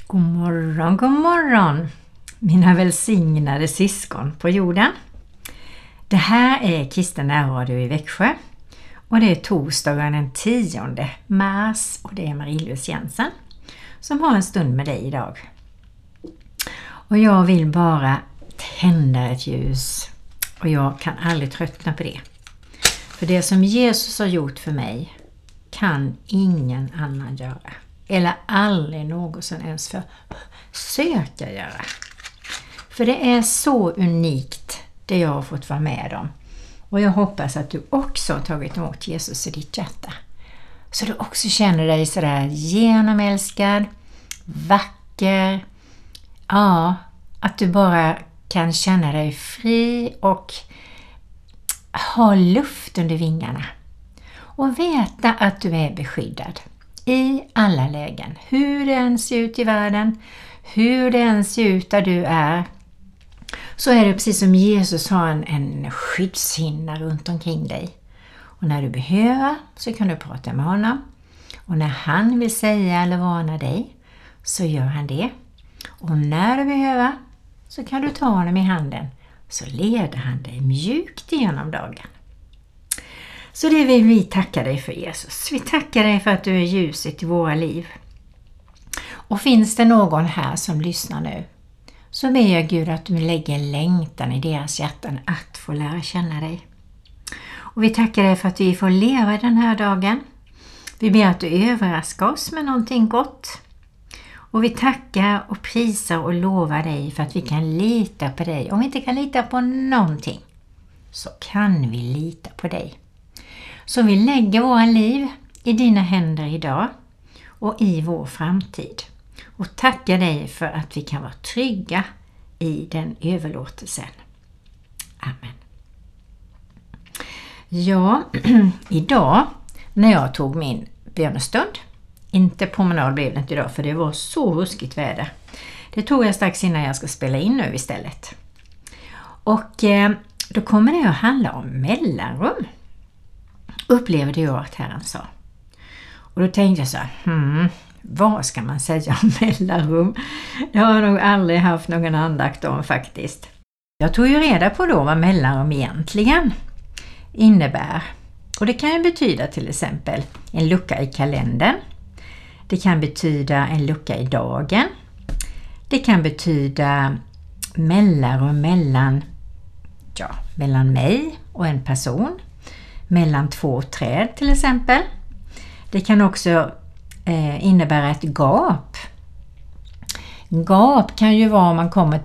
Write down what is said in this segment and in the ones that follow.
God morgon, mina välsignade syskon på jorden. Det här är Kristen närradio i Växjö och det är torsdagen den 10 mars och det är Marie-Louise Jensen som har en stund med dig idag. Och jag vill bara tända ett ljus och jag kan aldrig tröttna på det. För det som Jesus har gjort för mig kan ingen annan göra. Eller aldrig någonsin ens försöka göra. För det är så unikt det jag har fått vara med om. Och jag hoppas att du också har tagit emot Jesus i ditt hjärta. Så du också känner dig sådär genomälskad, vacker. Ja, att du bara kan känna dig fri och ha luft under vingarna. Och veta att du är beskyddad. I alla lägen. Hur det än ser ut i världen. Hur det än ser ut där du är. Så är det precis som Jesus har en skyddshinna runt omkring dig. Och när du behöver så kan du prata med honom. Och när han vill säga eller varna dig så gör han det. Och när du behöver så kan du ta honom i handen. Så leder han dig mjukt igenom dagen. Så det vill vi tacka dig för, Jesus. Vi tackar dig för att du är ljuset i våra liv. Och finns det någon här som lyssnar nu, så ber jag Gud att du lägger längtan i deras hjärtan att få lära känna dig. Och vi tackar dig för att vi får leva den här dagen. Vi ber att du överraskar oss med någonting gott. Och vi tackar och prisar och lovar dig för att vi kan lita på dig. Om vi inte kan lita på någonting så kan vi lita på dig. Så vi lägger våra liv i dina händer idag och i vår framtid. Och tackar dig för att vi kan vara trygga i den överlåtelsen. Amen. Ja, idag när jag tog min bönestund, inte promenad blev det inte idag för det var så ruskigt väder. Det tog jag strax innan jag ska spela in nu istället. Och då kommer det att handla om mellanrum. Upplevde jag att Herren sa. Och då tänkte jag så här, vad ska man säga om mellanrum? Det har jag nog aldrig haft någon andakt om faktiskt. Jag tog ju reda på då vad mellanrum egentligen innebär. Och det kan ju betyda till exempel en lucka i kalendern. Det kan betyda en lucka i dagen. Det kan betyda mellanrum mellan mig och en person. Mellan två träd till exempel. Det kan också innebära ett gap. Gap kan ju vara om man kommer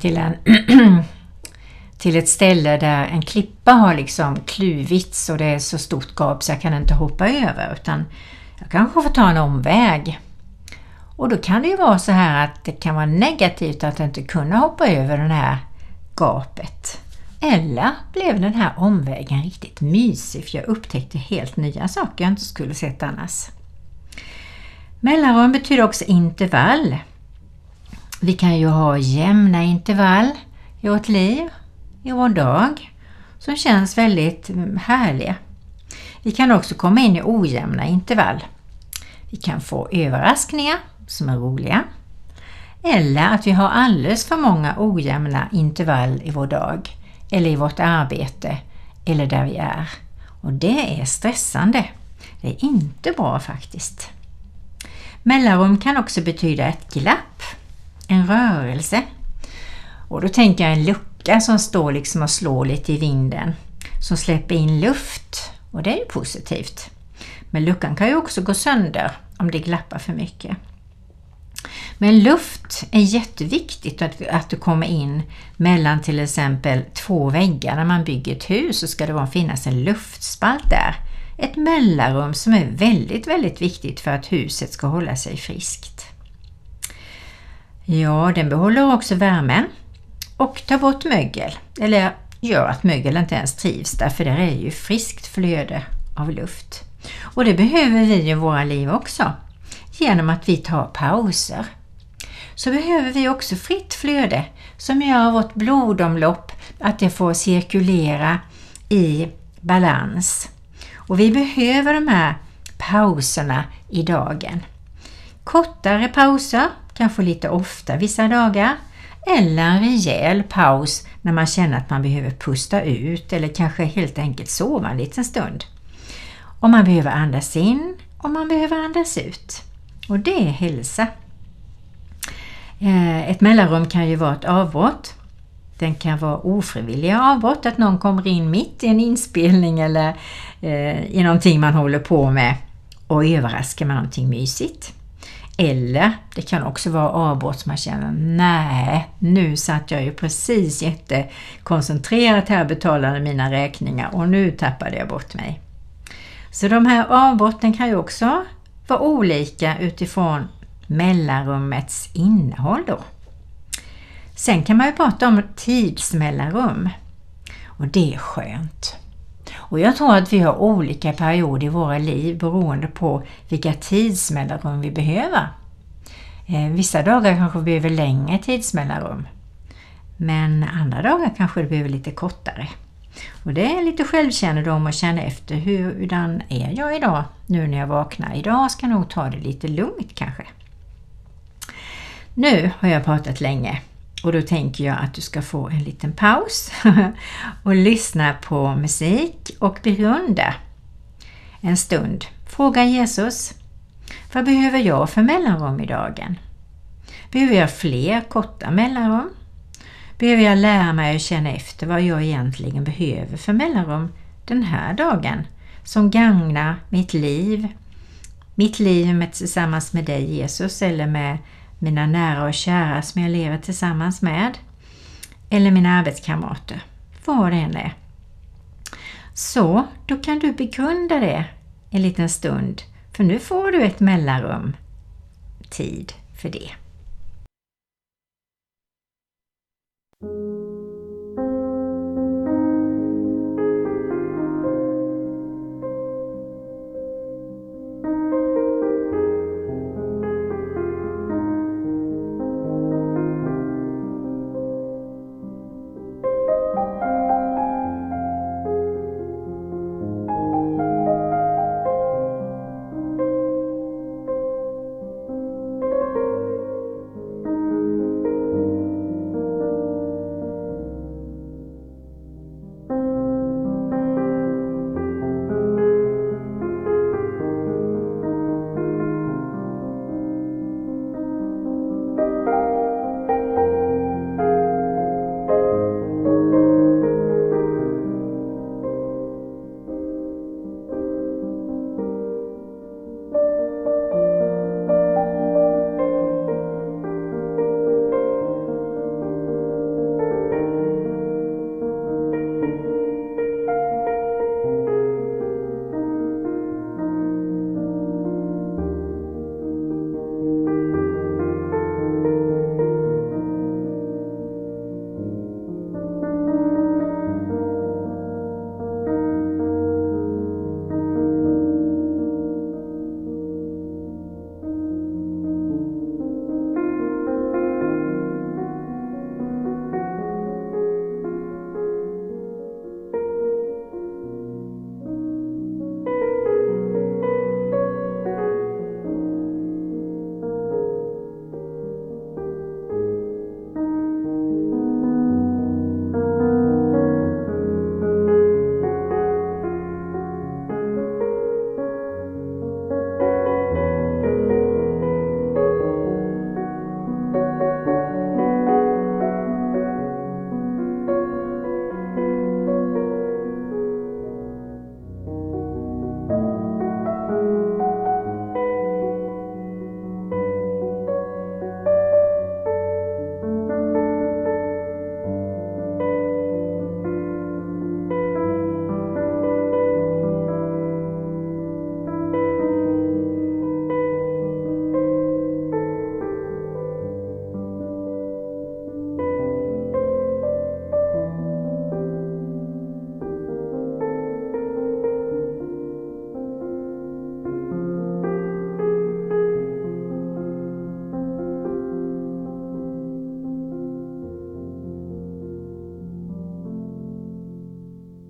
till ett ställe där en klippa har liksom kluvits och det är så stort gap så jag kan inte hoppa över utan jag kanske får ta en omväg. Och då kan det ju vara så här att det kan vara negativt att inte kunna hoppa över den här gapet. Eller blev den här omvägen riktigt mysig för jag upptäckte helt nya saker jag inte skulle sett annars. Mellanrum betyder också intervall. Vi kan ju ha jämna intervall i vårt liv, i vår dag, som känns väldigt härliga. Vi kan också komma in i ojämna intervall. Vi kan få överraskningar som är roliga. Eller att vi har alldeles för många ojämna intervall i vår dag. Eller i vårt arbete. Eller där vi är. Och det är stressande. Det är inte bra faktiskt. Mellanrum kan också betyda ett glapp. En rörelse. Och då tänker jag en lucka som står liksom och slår lite i vinden. Som släpper in luft. Och det är ju positivt. Men luckan kan ju också gå sönder om det glappar för mycket. Men luft är jätteviktigt att du kommer in mellan till exempel två väggar. När man bygger ett hus så ska det finnas en luftspalt där. Ett mellanrum som är väldigt, väldigt viktigt för att huset ska hålla sig friskt. Ja, den behåller också värmen och tar bort mögel. Eller gör att mögel inte ens trivs därför där är ju friskt flöde av luft. Och det behöver vi i våra liv också. Genom att vi tar pauser. Så behöver vi också fritt flöde som gör vårt blodomlopp att det får cirkulera i balans. Och vi behöver de här pauserna i dagen. Kortare pauser kanske lite ofta vissa dagar, eller en rejäl paus när man känner att man behöver pusta ut eller kanske helt enkelt sova en liten stund. Och man behöver andas in och man behöver andas ut. Och det är hälsa. Ett mellanrum kan ju vara ett avbrott. Den kan vara ofrivilliga avbrott, att någon kommer in mitt i en inspelning eller i någonting man håller på med och överraskar med någonting mysigt. Eller det kan också vara avbrott som man känner, nej, nu satt jag ju precis jättekoncentrerat här och betalade mina räkningar och nu tappade jag bort mig. Så de här avbrotten kan ju också vara olika utifrån mellanrummets innehåll då. Sen kan man ju prata om tidsmellanrum och det är skönt. Och jag tror att vi har olika perioder i våra liv beroende på vilka tidsmellanrum vi behöver. Vissa dagar kanske vi behöver längre tidsmellanrum, men andra dagar kanske det behöver lite kortare. Och det är lite självkännedom att känna efter hurdan är jag idag nu när jag vaknar. Idag ska jag nog ta det lite lugnt kanske. Nu har jag pratat länge. Och då tänker jag att du ska få en liten paus och lyssna på musik och begrunda en stund. Fråga Jesus, vad behöver jag för mellanrum i dagen? Behöver jag fler korta mellanrum? Behöver jag lära mig att känna efter vad jag egentligen behöver för mellanrum den här dagen som gagnar mitt liv tillsammans med dig Jesus eller med mina nära och kära som jag lever tillsammans med eller mina arbetskamrater, vad det än är. Så då kan du begrunda det en liten stund, för nu får du ett mellanrum tid för det.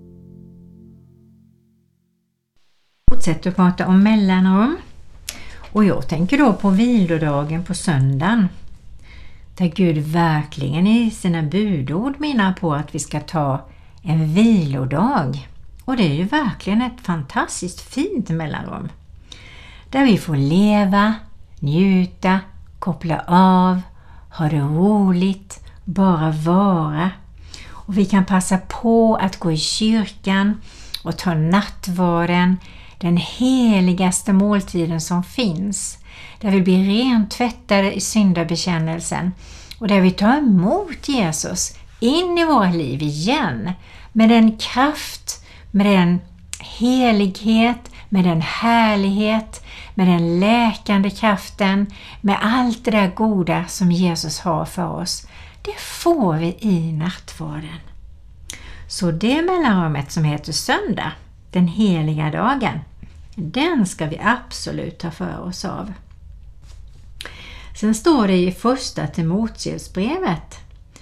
Fortsätter att prata om mellanrum. Och jag tänker då på vilodagen på söndagen, där Gud verkligen i sina budord menar på att vi ska ta en vilodag. Och det är ju verkligen ett fantastiskt fint mellanrum, där vi får leva, njuta, koppla av, ha det roligt, bara vara. Och vi kan passa på att gå i kyrkan och ta nattvarden, den heligaste måltiden som finns, där vi blir rentvättade i syndabekännelsen och där vi tar emot Jesus in i våra liv igen med den kraft, med den helighet, med den härlighet, med den läkande kraften, med allt det där goda som Jesus har för oss. Det får vi i nattvarden. Så det mellanrummet som heter söndag, den heliga dagen, den ska vi absolut ta för oss av. Sen står det i första Timoteusbrevet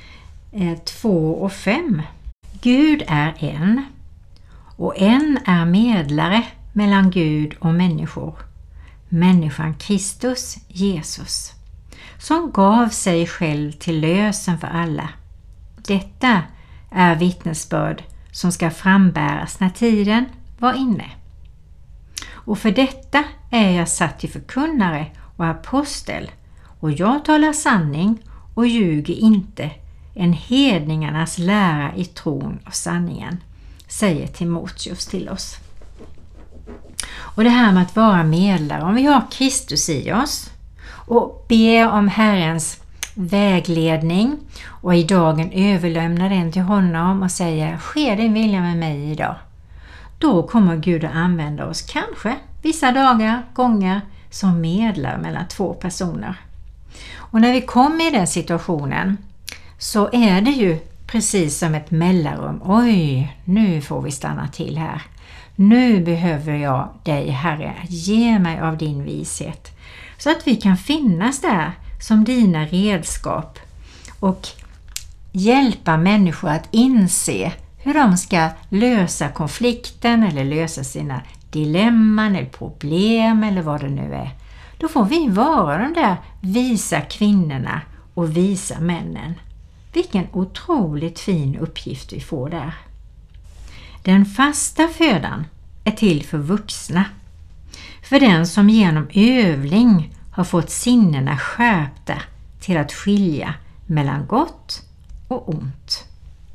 2:5. Gud är en, och en är medlare mellan Gud och människor, människan Kristus Jesus, som gav sig själv till lösen för alla. Detta är vittnesbörd som ska frambäras när tiden var inne. Och för detta är jag satt till förkunnare och apostel, och jag talar sanning och ljuger inte, en hedningarnas lära i tron och sanningen, säger Timoteus till oss. Och det här med att vara medlare, om vi har Kristus i oss och ber om Herrens vägledning och i dagen överlämnar den till honom och säger: sker din vilja med mig idag? Då kommer Gud att använda oss kanske vissa dagar, gånger som medlare mellan två personer. Och när vi kommer i den situationen så är det ju precis som ett mellanrum. Oj, nu får vi stanna till här. Nu behöver jag dig, Herre, ge mig av din vishet. Så att vi kan finnas där som dina redskap och hjälpa människor att inse hur de ska lösa konflikten eller lösa sina dilemman eller problem eller vad det nu är. Då får vi vara de där visa kvinnorna och visa männen. Vilken otroligt fin uppgift vi får där. Den fasta födan är till för vuxna. För den som genom övning har fått sinnena skärpta till att skilja mellan gott och ont.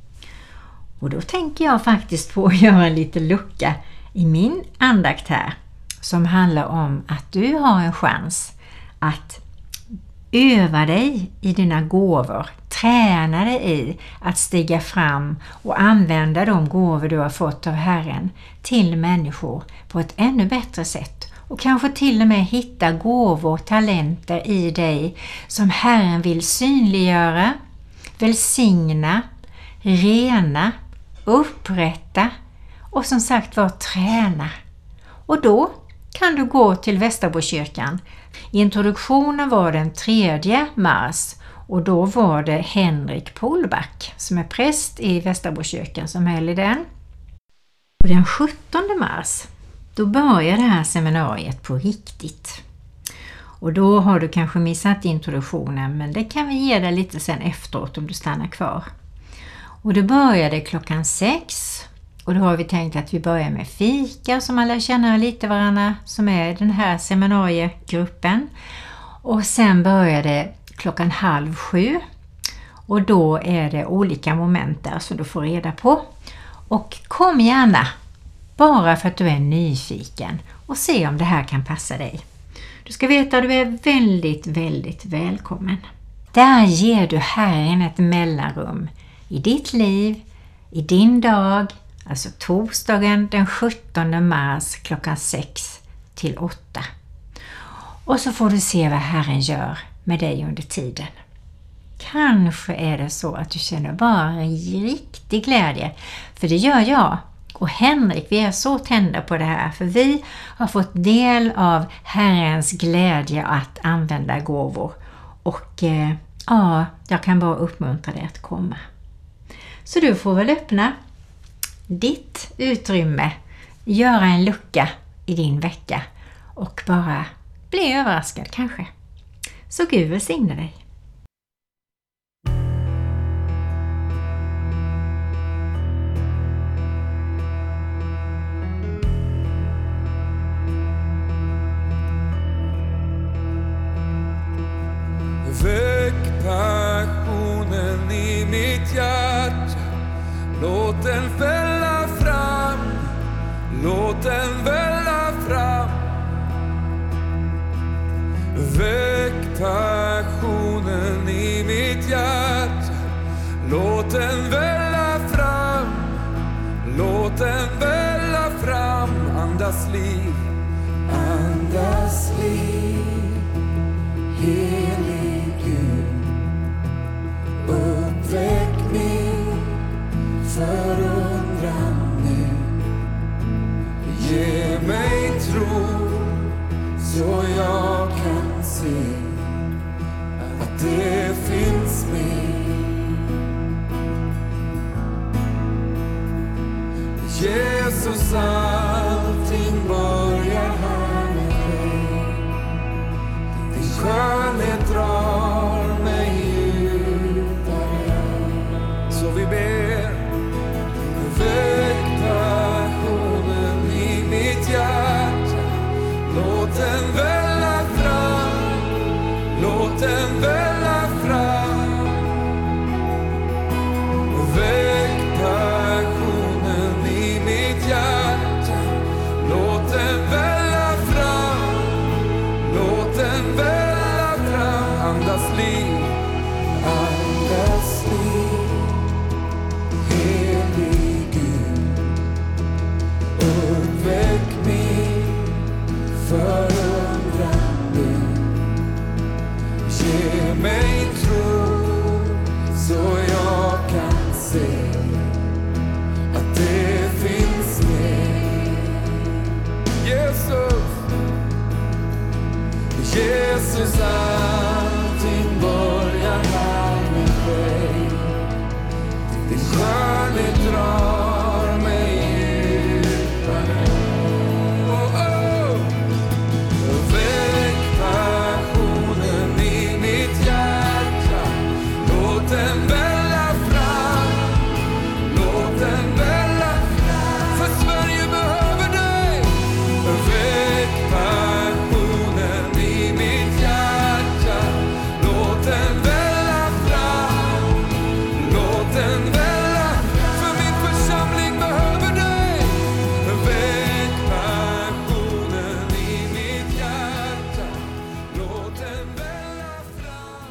Och då tänker jag faktiskt på att göra en liten lucka i min andakt här, som handlar om att du har en chans att öva dig i dina gåvor, träna dig i att stiga fram och använda de gåvor du har fått av Herren till människor på ett ännu bättre sätt. Och kanske till och med hitta gåvor, talenter i dig som Herren vill synliggöra, välsigna, rena, upprätta och som sagt var träna. Och då kan du gå till Västerbrokyrkan. Introduktionen var den 3 mars och då var det Henrik Polback som är präst i Västerbrokyrkan som höll i den. Och den 17 mars då börjar det här seminariet på riktigt. Och då har du kanske missat introduktionen, men det kan vi ge dig lite sen efteråt om du stannar kvar. Och det började 6:00 och då har vi tänkt att vi börjar med fika som alla känner lite varandra som är den här seminariegruppen. Och sen börjar det 6:30 och då är det olika moment där som du får reda på. Och kom gärna bara för att du är nyfiken och se om det här kan passa dig. Du ska veta att du är väldigt, väldigt välkommen. Där ger du Herren ett mellanrum i ditt liv, i din dag, alltså torsdagen den 17 mars 6:00 till 8. Och så får du se vad Herren gör med dig under tiden. Kanske är det så att du känner bara en riktig glädje, för det gör jag. Och Henrik, vi är så tända på det här, för vi har fått del av Herrens glädje att använda gåvor. Och jag kan bara uppmuntra dig att komma. Så du får väl öppna ditt utrymme, göra en lucka i din vecka och bara bli överraskad kanske. Så Gud välsigne dig. Väck passionen i mitt hjärta. Låt den välla fram. Låt den välla fram. Väck passionen i mitt hjärta. Låt den välla fram. Låt den välla fram. Andas liv. Andas liv. Helig Gud, uppväck min förundran nu. Ge mig tro så jag kan se att det finns med. Jesus, allting börjar här med dig. Din skönhet drar mig djupare. Så vi ber, väck passionen i mitt hjärta. Låt den välla fram. Låt den välla fram. Väck passionen i mitt hjärta. Låt den välla fram. Låt den välla fram. Andas liv. Andas liv. Helig Gud, uppväck min förundran nu. Ge mig tro så jag kan se att det finns med. Jesus, Jesus, allting börjar här med dig. Din skönhet drar mig djupare. Väck passionen i mitt hjärta. Låt den välla fram. Låt den välla fram. För Sverige behöver dig. Väck passionen i mitt hjärta. Låt den välla fram. Låt den välla fram. För min församling behöver dig. Väck passionen i mitt hjärta. Låt den välla fram.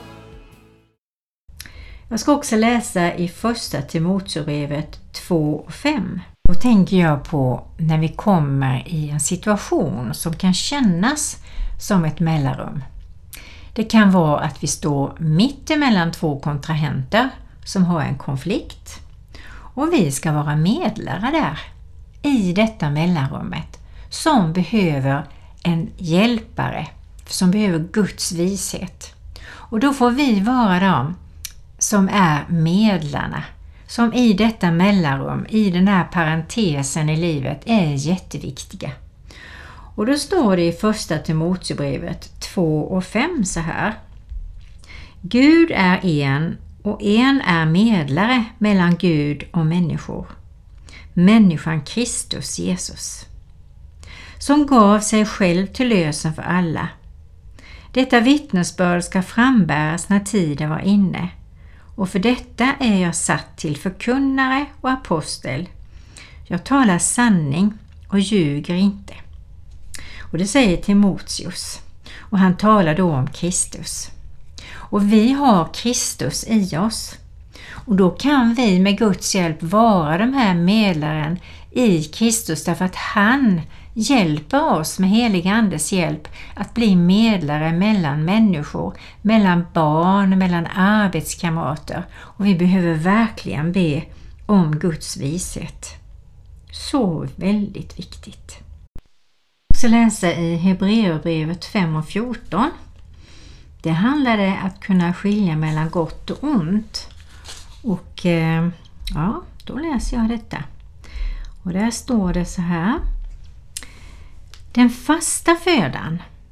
Jag ska också läsa i första Timoteusbrevet 2:5. Då tänker jag på när vi kommer i en situation som kan kännas som ett mellanrum. Det kan vara att vi står mitt emellan två kontrahenter som har en konflikt. Och vi ska vara medlare där, i detta mellanrummet, som behöver en hjälpare, som behöver Guds vishet. Och då får vi vara de som är medlarna, som i detta mellanrum, i den här parentesen i livet, är jätteviktiga. Och då står det i första Timoteusbrevet 2:5 så här. Gud är en och en är medlare mellan Gud och människor. Människan Kristus Jesus, som gav sig själv till lösen för alla. Detta vittnesbörd ska frambäras när tiden var inne. Och för detta är jag satt till förkunnare och apostel. Jag talar sanning och ljuger inte. Och det säger Timoteus. Och han talar då om Kristus. Och vi har Kristus i oss. Och då kan vi med Guds hjälp vara de här medlaren i Kristus. Därför att han hjälper oss med helig andes hjälp att bli medlare mellan människor, mellan barn, mellan arbetskamrater. Och vi behöver verkligen be om Guds vishet. Så väldigt viktigt. Jag ska läsa i Hebreerbrevet 5:14. Det handlade om att kunna skilja mellan gott och ont. Och ja, då läser jag detta. Och där står det så här. Den fasta födan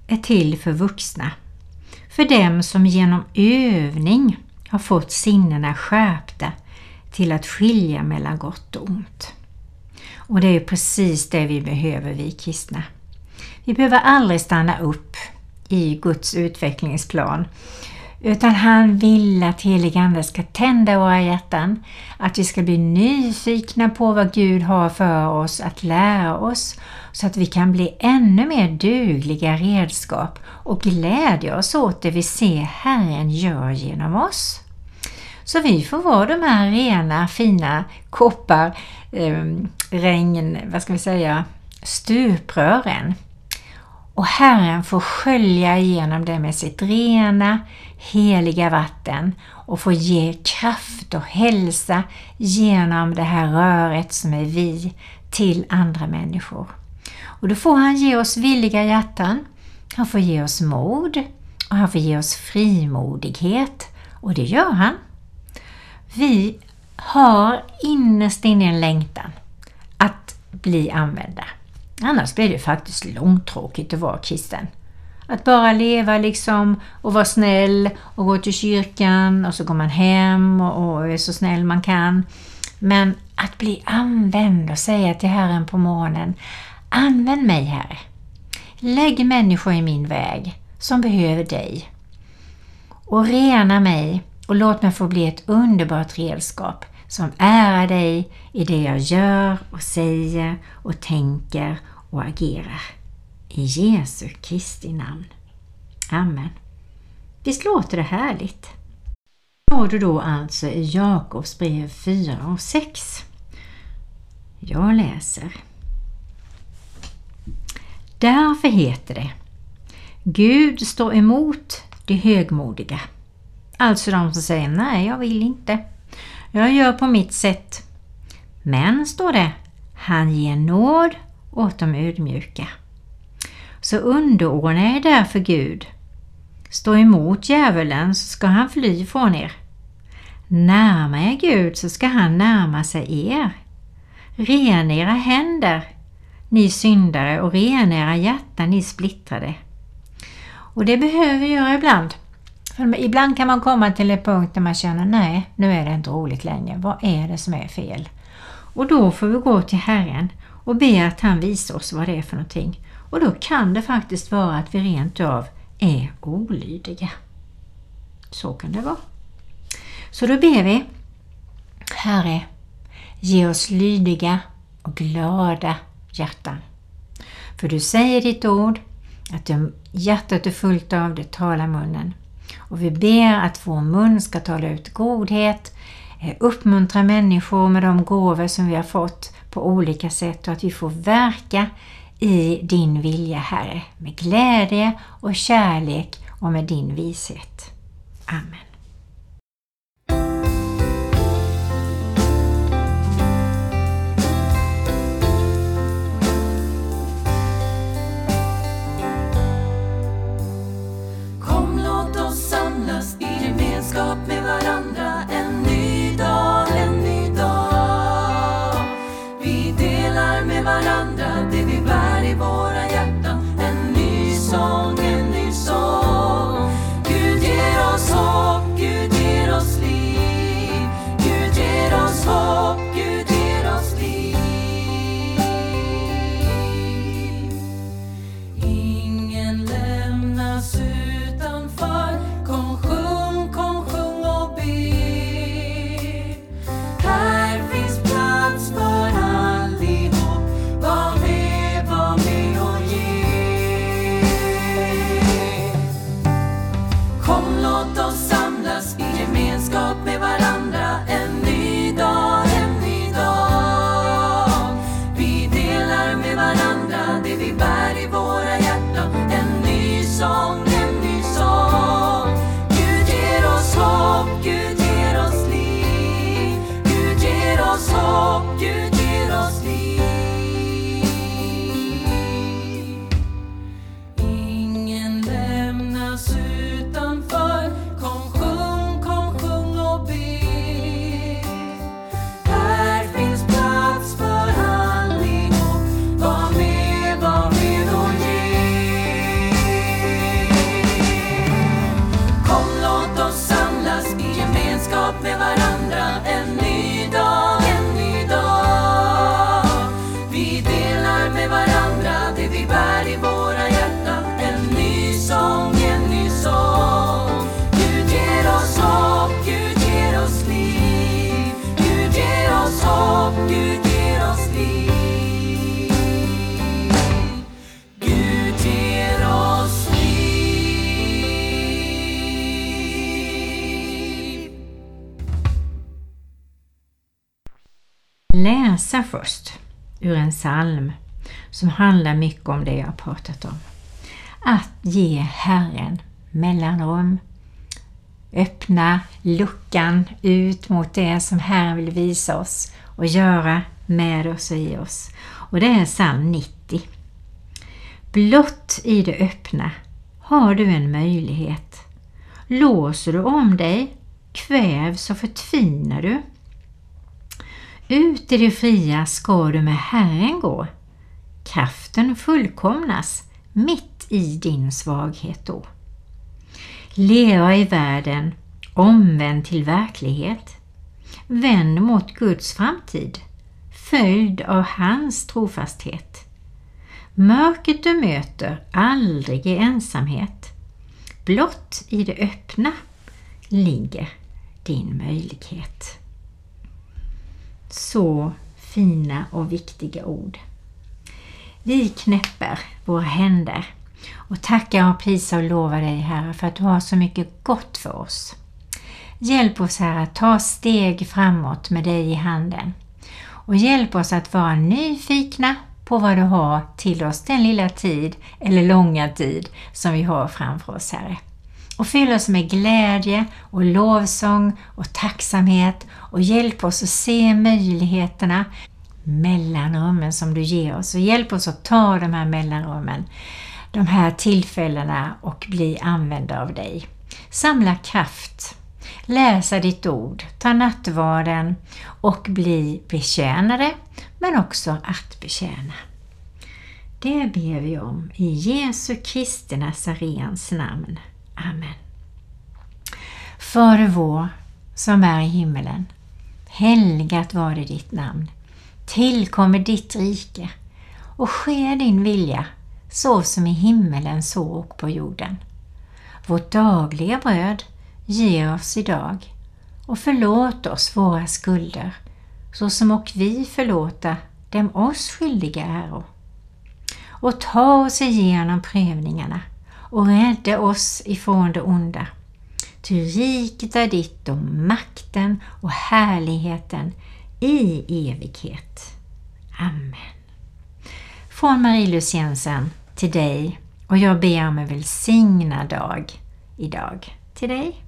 är till för vuxna. För dem som genom övning har fått sinnena skärpta till att skilja mellan gott och ont. Och det är precis det vi behöver, vi kristna. Vi behöver aldrig stanna upp i Guds utvecklingsplan. Utan han vill att helig ande ska tända våra hjärtan. Att vi ska bli nyfikna på vad Gud har för oss att lära oss. Så att vi kan bli ännu mer dugliga redskap och glädja oss åt det vi ser Herren gör genom oss. Så vi får vara de här rena, fina koppar, stuprören. Och Herren får skölja igenom det med sitt rena, heliga vatten och få ge kraft och hälsa genom det här röret som är vi till andra människor. Och då får han ge oss villiga hjärtan, han får ge oss mod och han får ge oss frimodighet. Och det gör han. Vi har innerst inne en längtan att bli använda. Annars blir det faktiskt långtråkigt att vara kristen. Att bara leva liksom och vara snäll och gå till kyrkan och så går man hem och är så snäll man kan. Men att bli använd och säga till Herren på morgonen: använd mig, Herre. Lägg människor i min väg som behöver dig. Och rena mig och låt mig få bli ett underbart redskap som ärar dig i det jag gör och säger och tänker och agerar. I Jesu Kristi namn. Amen. Visst låter det härligt? Har du då alltså i Jakobs brev 4 och 6. Jag läser. Därför heter det: Gud står emot de högmodiga. Alltså de som säger nej, jag vill inte. Jag gör på mitt sätt. Men, står det, han ger nåd åt de ödmjuka. Så underordna er därför Gud. Stå emot djävulen så ska han fly från er. Närma er Gud så ska han närma sig er. Rena era händer, ni syndare, och rena era hjärtan, ni splittrade. Och det behöver vi göra ibland. För ibland kan man komma till en punkt där man känner nej, nu är det inte roligt längre. Vad är det som är fel? Och då får vi gå till Herren och be att han visar oss vad det är för någonting. Och då kan det faktiskt vara att vi rent av är olydiga. Så kan det vara. Så då ber vi: Herre, ge oss lydiga och glada hjärtan. För du säger ditt ord att hjärtat är fullt av, det talar munnen. Och vi ber att vår mun ska tala ut godhet, uppmuntra människor med de gåvor som vi har fått på olika sätt, och att vi får verka i din vilja, Herre, med glädje och kärlek och med din vishet. Amen. Kom, låt oss samlas i gemenskap med varandra en ny dag, en ny dag. Vi delar med varandra det vi bär i våra hjärtan. En ny sång, en ny sång. Gud ger oss hopp läsa först ur en psalm som handlar mycket om det jag har pratat om. Att ge Herren mellanrum. Öppna luckan ut mot det som Herren vill visa oss och göra med oss och i oss. Och det är psalm 90. Blott i det öppna har du en möjlighet. Låser du om dig, kvävs och förtvinar du. Ut i det fria ska du med Herren gå. Kraften fullkomnas mitt i din svaghet då. Leva i världen, omvänd till verklighet. Vänd mot Guds framtid, följd av hans trofasthet. Mörkret du möter aldrig i ensamhet. Blott i det öppna ligger din möjlighet. Så fina och viktiga ord. Vi knäpper våra händer och tackar och prisar och lovar dig, Herre, för att du har så mycket gott för oss. Hjälp oss, Herre, att ta steg framåt med dig i handen. Och hjälp oss att vara nyfikna på vad du har till oss den lilla tid eller långa tid som vi har framför oss, Herre. Och fyll oss med glädje och lovsång och tacksamhet och hjälp oss att se möjligheterna, mellanrummen som du ger oss. Och hjälp oss att ta de här mellanrummen, de här tillfällena och bli använda av dig. Samla kraft, läsa ditt ord, ta nattvarden och bli betjänade, men också att betjäna. Det ber vi om i Jesu Kristi Nazarens namn. Amen. Fader vår som är i himmelen, helgat var det ditt namn. Tillkommer ditt rike och ske din vilja så som i himmelen så och på jorden. Vårt dagliga bröd ge oss idag och förlåt oss våra skulder så som och vi förlåta dem oss skyldiga äro. Och ta oss igenom prövningarna och rädda oss ifrån det onda. Ty riket är ditt och makten och härligheten i evighet. Amen. Från Marie-Louise Jensen till dig, och jag ber om en välsignad dag idag till dig.